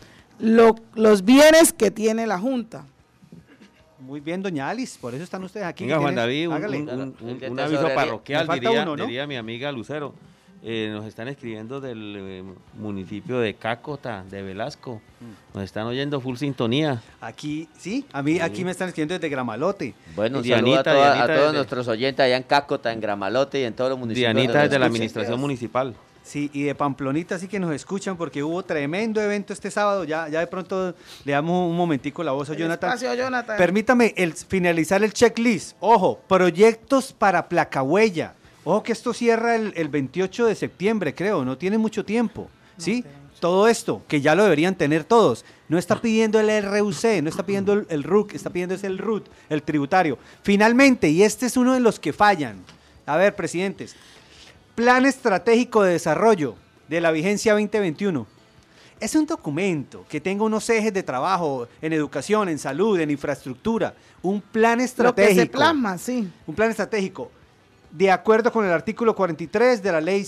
los bienes que tiene la Junta. Muy bien, doña Alice, por eso están ustedes aquí. Venga, Juan David, un aviso parroquial, diría mi amiga Lucero. Nos están escribiendo del municipio de Cácota, de Velasco. Nos están oyendo full sintonía. Aquí, sí, aquí me están escribiendo desde Gramalote. Bueno, Dianita, a todos nuestros oyentes allá en Cácota, en Gramalote y en todos los municipios. Dianita desde la administración municipal. Sí, y de Pamplonita sí que nos escuchan porque hubo tremendo evento este sábado. Ya de pronto le damos un momentico la voz a Jonathan. Jonathan. Permítame finalizar el checklist. Ojo, proyectos para Placahuella. Ojo que esto cierra el 28 de septiembre, creo, no tiene mucho tiempo, ¿sí? Todo esto, que ya lo deberían tener todos. No está pidiendo el RUC, no está pidiendo el RUC, está pidiendo el RUT, el tributario. Finalmente, y este es uno de los que fallan. A ver, presidentes, Plan Estratégico de Desarrollo. de la vigencia 2021. Es un documento que tenga unos ejes de trabajo en educación, en salud, en infraestructura, un plan estratégico. Lo que se plasma, sí. Un plan estratégico, de acuerdo con el artículo 43 de la ley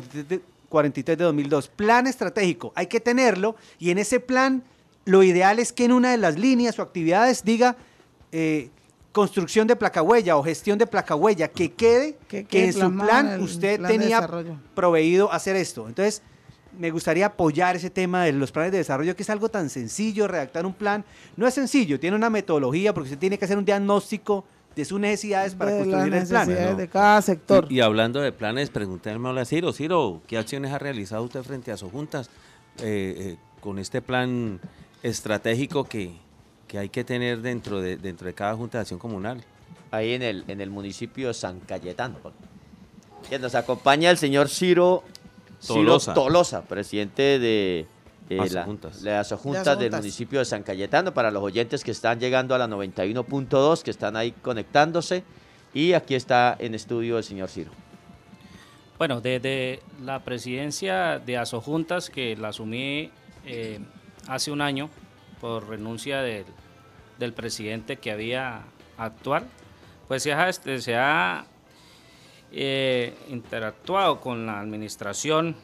743 de 2002. Plan estratégico, hay que tenerlo, y en ese plan lo ideal es que en una de las líneas o actividades diga construcción de placa huella o gestión de placa huella, que quede que en su plan usted tenía proveído hacer esto. Entonces, me gustaría apoyar ese tema de los planes de desarrollo, que es algo tan sencillo. Redactar un plan no es sencillo, tiene una metodología, porque usted tiene que hacer un diagnóstico de sus necesidades para construir el plan. De cada sector. Y hablando de planes, preguntémosle a Ciro. Ciro, ¿qué acciones ha realizado usted frente a Asojuntas con este plan estratégico que hay que tener dentro de cada Junta de Acción Comunal? Ahí en el municipio de San Cayetano, que nos acompaña el señor Ciro Tolosa, presidente de la Asojuntas del municipio de San Cayetano, para los oyentes que están llegando a la 91.2, que están ahí conectándose, y aquí está en estudio el señor Ciro. Bueno, desde la presidencia de Asojuntas, que la asumí hace un año por renuncia del presidente que había actual, pues se ha interactuado con la administración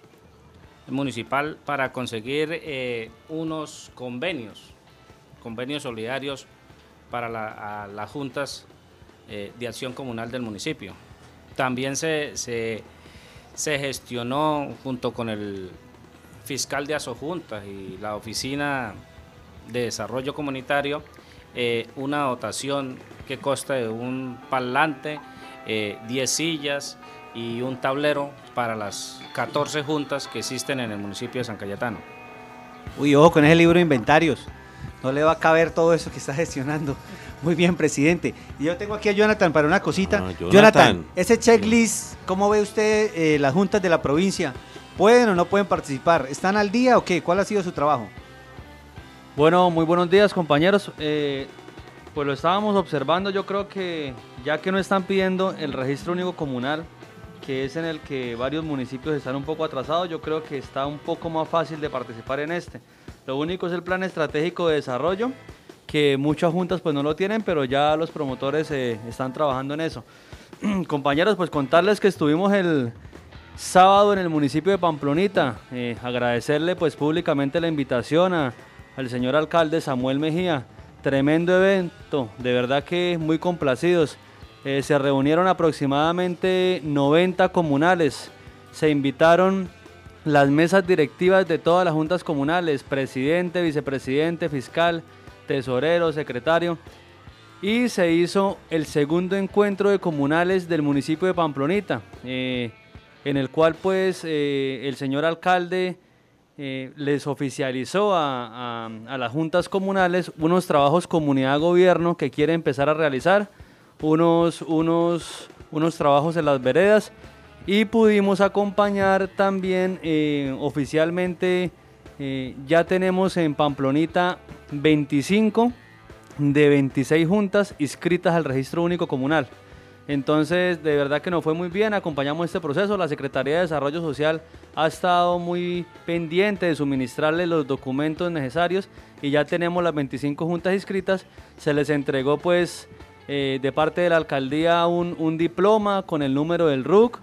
municipal para conseguir unos convenios solidarios para las juntas de acción comunal del municipio. También se gestionó junto con el fiscal de Asojuntas y la oficina de desarrollo comunitario una dotación que consta de un parlante, 10 sillas y un tablero para las 14 juntas que existen en el municipio de San Cayetano. Uy, ojo con ese libro de inventarios, no le va a caber todo eso que está gestionando. Muy bien, presidente. Y yo tengo aquí a Jonathan para una cosita. Jonathan, ese checklist, ¿cómo ve usted las juntas de la provincia? ¿Pueden o no pueden participar? ¿Están al día o qué? ¿Cuál ha sido su trabajo? Bueno, muy buenos días, compañeros. Pues lo estábamos observando. Yo creo que ya que no están pidiendo el registro único comunal, que es en el que varios municipios están un poco atrasados, yo creo que está un poco más fácil de participar en este. Lo único es el plan estratégico de desarrollo, que muchas juntas pues no lo tienen, pero ya los promotores están trabajando en eso. Compañeros, pues contarles que estuvimos el sábado en el municipio de Pamplonita. Agradecerle pues públicamente la invitación al señor alcalde Samuel Mejía. Tremendo evento, de verdad que muy complacidos. Se reunieron aproximadamente 90 comunales. Se invitaron las mesas directivas de todas las juntas comunales, presidente, vicepresidente, fiscal, tesorero, secretario. Y se hizo el segundo encuentro de comunales del municipio de Pamplonita, en el cual pues el señor alcalde les oficializó a las juntas comunales unos trabajos comunidad-gobierno que quiere empezar a realizar, unos trabajos en las veredas, y pudimos acompañar también oficialmente, ya tenemos en Pamplonita 25 de 26 juntas inscritas al registro único comunal. Entonces, de verdad que nos fue muy bien, acompañamos este proceso. La Secretaría de Desarrollo Social ha estado muy pendiente de suministrarle los documentos necesarios y ya tenemos las 25 juntas inscritas. Se les entregó pues de parte de la alcaldía un diploma con el número del RUC,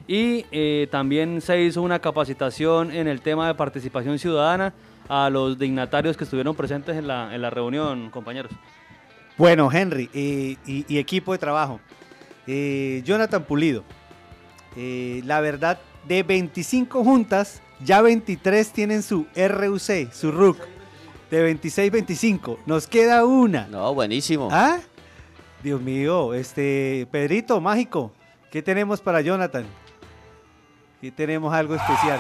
y también se hizo una capacitación en el tema de participación ciudadana a los dignatarios que estuvieron presentes en la reunión, compañeros. Bueno, Henry y equipo de trabajo. Jonathan Pulido, la verdad, de 25 juntas, ya 23 tienen su RUC, su RUC, de 26-25, nos queda una. No, buenísimo. ¿Ah? Dios mío, Pedrito, mágico, ¿qué tenemos para Jonathan? ¿Qué tenemos algo especial?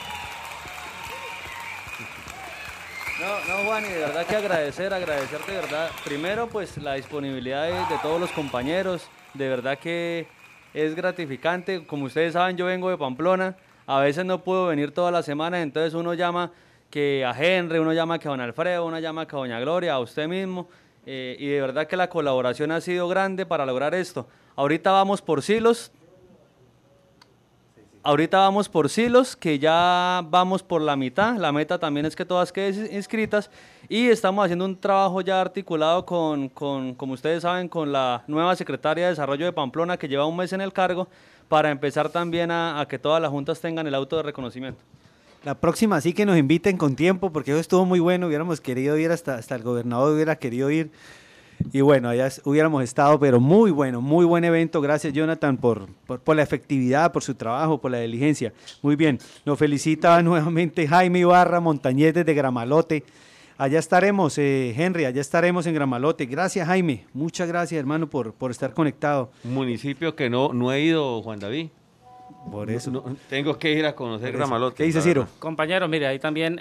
No, Juan, y de verdad que agradecerte de verdad, primero pues la disponibilidad de todos los compañeros. De verdad que es gratificante. Como ustedes saben, yo vengo de Pamplona, a veces no puedo venir todas las semanas, entonces uno llama que a Henry, uno llama que a don Alfredo, uno llama que a doña Gloria, a usted mismo, y de verdad que la colaboración ha sido grande para lograr esto. Ahorita vamos por silos. ahorita vamos por silos, que ya vamos por la mitad. La meta también es que todas queden inscritas. Y estamos haciendo un trabajo ya articulado como ustedes saben, con la nueva secretaria de Desarrollo de Pamplona, que lleva un mes en el cargo, para empezar también a que todas las juntas tengan el auto de reconocimiento. La próxima sí que nos inviten con tiempo, porque eso estuvo muy bueno, hubiéramos querido ir hasta el gobernador hubiera querido ir, y bueno, allá hubiéramos estado, pero muy bueno, muy buen evento. Gracias, Jonathan, por la efectividad, por su trabajo, por la diligencia. Muy bien, nos felicita nuevamente Jaime Ibarra Montañez desde Gramalote. Allá estaremos, Henry, allá estaremos en Gramalote. Gracias, Jaime, muchas gracias, hermano, por estar conectado. Un municipio que no he ido, Juan David. Por eso. Tengo que ir a conocer Gramalote. ¿Qué dice Ciro? Compañeros, mire, ahí también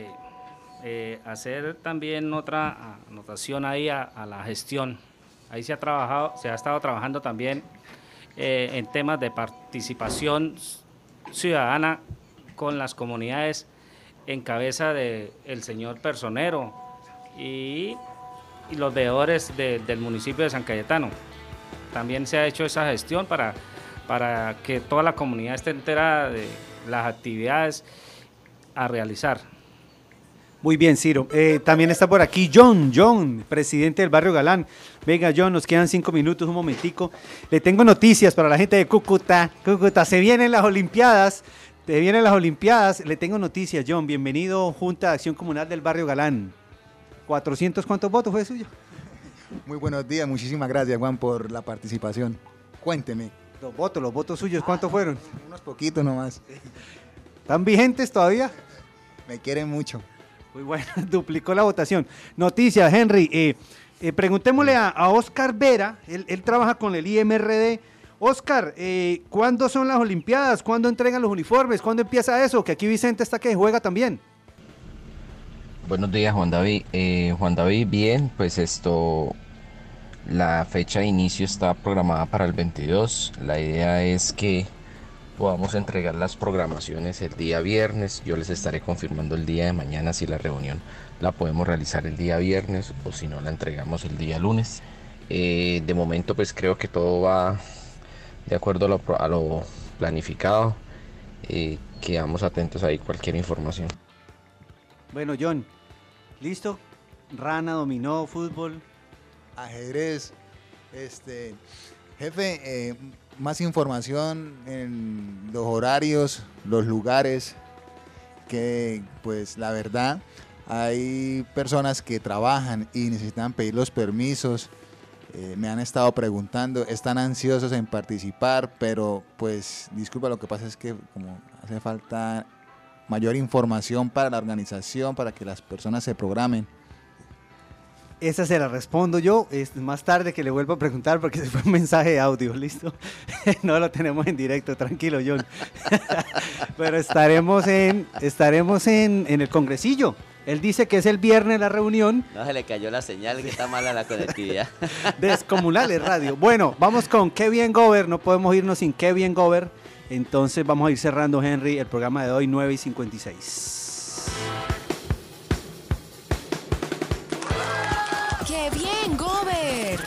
hacer también otra anotación ahí a la gestión. Ahí se ha estado trabajando también en temas de participación ciudadana con las comunidades en cabeza del señor personero y los veedores del municipio de San Cayetano. También se ha hecho esa gestión para que toda la comunidad esté enterada de las actividades a realizar. Muy bien, Ciro. También está por aquí John, presidente del Barrio Galán. Venga, John, nos quedan 5 minutos, un momentico. Le tengo noticias para la gente de Cúcuta. Se vienen las Olimpiadas. Le tengo noticias, John. Bienvenido, Junta de Acción Comunal del Barrio Galán. 400, ¿cuántos votos fue suyo? Muy buenos días, muchísimas gracias, Juan, por la participación. Cuénteme. Los votos suyos, ¿cuántos fueron? Unos poquitos nomás. ¿Están vigentes todavía? Me quieren mucho. Muy bueno, duplicó la votación. Noticias, Henry. Preguntémosle a Oscar Vera, él trabaja con el IMRD. Oscar, ¿cuándo son las Olimpiadas? ¿Cuándo entregan los uniformes? ¿Cuándo empieza eso? Que aquí Vicente está que juega también. Buenos días, Juan David. Juan David, bien, pues la fecha de inicio está programada para el 22. La idea es que podamos entregar las programaciones el día viernes. Yo les estaré confirmando el día de mañana si la reunión la podemos realizar el día viernes o si no la entregamos el día lunes. De momento pues creo que todo va de acuerdo a lo planificado. Quedamos atentos ahí cualquier información. Bueno, John, ¿listo? Rana, dominó, fútbol. Ajedrez. Jefe, más información en los horarios, los lugares, que pues la verdad hay personas que trabajan y necesitan pedir los permisos. Me han estado preguntando, están ansiosos en participar, pero pues disculpa, lo que pasa es que como hace falta mayor información para la organización, para que las personas se programen. Esa se la respondo yo, más tarde que le vuelvo a preguntar porque se fue un mensaje de audio, ¿listo? No lo tenemos en directo, tranquilo, John. Pero estaremos en el congresillo. Él dice que es el viernes la reunión. No, se le cayó la señal, que está mala la conectividad. Descomunales Radio. Bueno, vamos con Qué Bien Gober, no podemos irnos sin Qué Bien Gober. Entonces vamos a ir cerrando, Henry, el programa de hoy, 9:56. ¡Qué bien, Gober!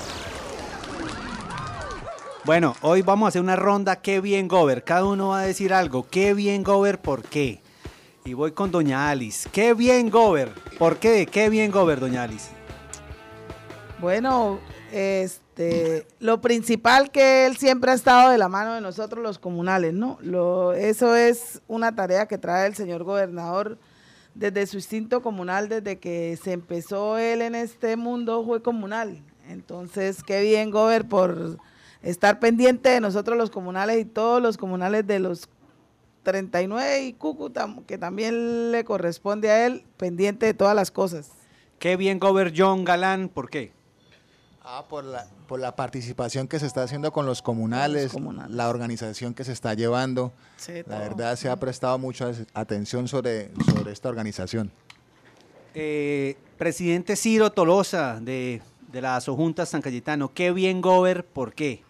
Bueno, hoy vamos a hacer una ronda Qué Bien Gober. Cada uno va a decir algo. Qué bien Gober, ¿por qué? Y voy con doña Alice. Qué bien Gober. ¿Por qué? Qué bien Gober, doña Alice. Bueno, lo principal, que él siempre ha estado de la mano de nosotros los comunales, ¿no? Eso es una tarea que trae el señor gobernador desde su instinto comunal, desde que se empezó él en este mundo fue comunal. Entonces, qué bien, Gober, por estar pendiente de nosotros los comunales y todos los comunales de los 39 y Cúcuta, que también le corresponde a él, pendiente de todas las cosas. Qué bien, Gober. John Galán, ¿por qué? Por la participación que se está haciendo con los comunales, la organización que se está llevando. Sí, la verdad se ha prestado mucha atención sobre esta organización. Presidente Ciro Tolosa de la Asojunta San Cayetano, qué bien Gober, ¿por qué?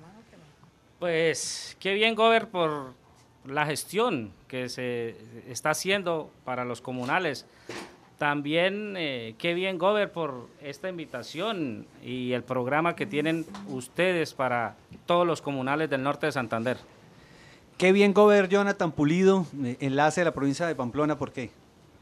Pues qué bien Gober por la gestión que se está haciendo para los comunales. También qué bien Gober por esta invitación y el programa que tienen ustedes para todos los comunales del norte de Santander. Qué bien, Gober Jonathan Pulido, enlace de la provincia de Pamplona, ¿por qué?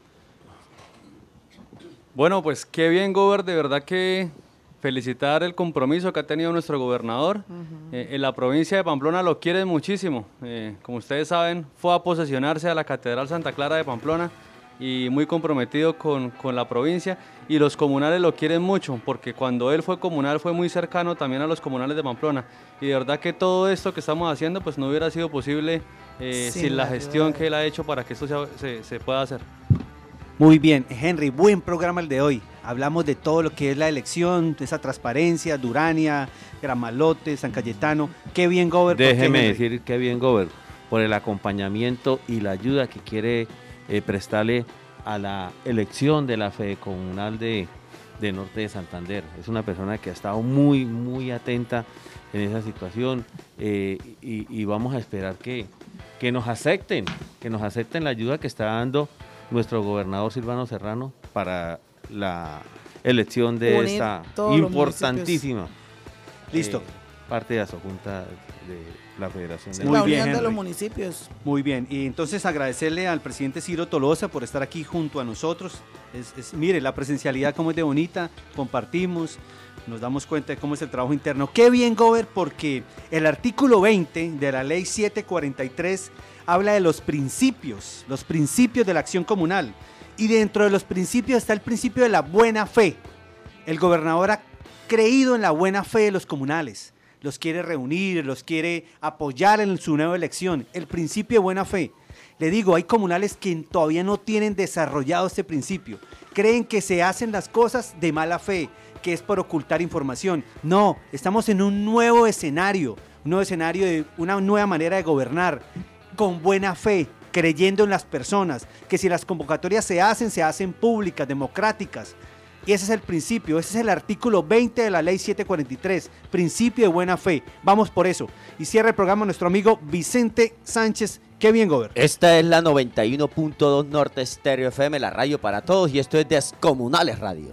Bueno, pues qué bien, Gober, de verdad que felicitar el compromiso que ha tenido nuestro gobernador. En la provincia de Pamplona lo quieren muchísimo. Como ustedes saben, fue a posesionarse a la Catedral Santa Clara de Pamplona y muy comprometido con la provincia, y los comunales lo quieren mucho porque cuando él fue comunal fue muy cercano también a los comunales de Pamplona, y de verdad que todo esto que estamos haciendo pues no hubiera sido posible sin la gestión que él ha hecho para que esto se pueda hacer. Muy bien, Henry, buen programa el de hoy. Hablamos de todo lo que es la elección, de esa transparencia, Durania, Gramalote, San Cayetano. Qué bien, Gober. Déjeme decir qué bien, Gober, por el acompañamiento y la ayuda que quiere prestarle a la elección de la Fede Comunal de Norte de Santander. Es una persona que ha estado muy, muy atenta en esa situación, y vamos a esperar que nos acepten la ayuda que está dando nuestro gobernador Silvano Serrano para la elección de esta importantísima parte de la Junta de la Federación de la Unión de los Municipios. Muy bien, y entonces agradecerle al presidente Ciro Tolosa por estar aquí junto a nosotros. Mire, la presencialidad como es de bonita, compartimos, nos damos cuenta de cómo es el trabajo interno. Qué bien, Gober, porque el artículo 20 de la ley 743 habla de los principios de la acción comunal, y dentro de los principios está el principio de la buena fe. El gobernador ha creído en la buena fe de los comunales, los quiere reunir, los quiere apoyar en su nueva elección, el principio de buena fe. Le digo, hay comunales que todavía no tienen desarrollado este principio, creen que se hacen las cosas de mala fe, que es por ocultar información. No, estamos en un nuevo escenario de una nueva manera de gobernar, con buena fe, creyendo en las personas, que si las convocatorias se hacen públicas, democráticas. Y ese es el principio, ese es el artículo 20 de la ley 743, principio de buena fe. Vamos por eso. Y cierra el programa nuestro amigo Vicente Sánchez. Qué bien, Gober. Esta es la 91.2 Norte Estéreo FM, la radio para todos, y esto es Descomunales Radio.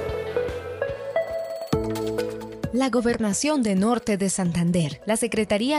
La Gobernación de Norte de Santander, la Secretaría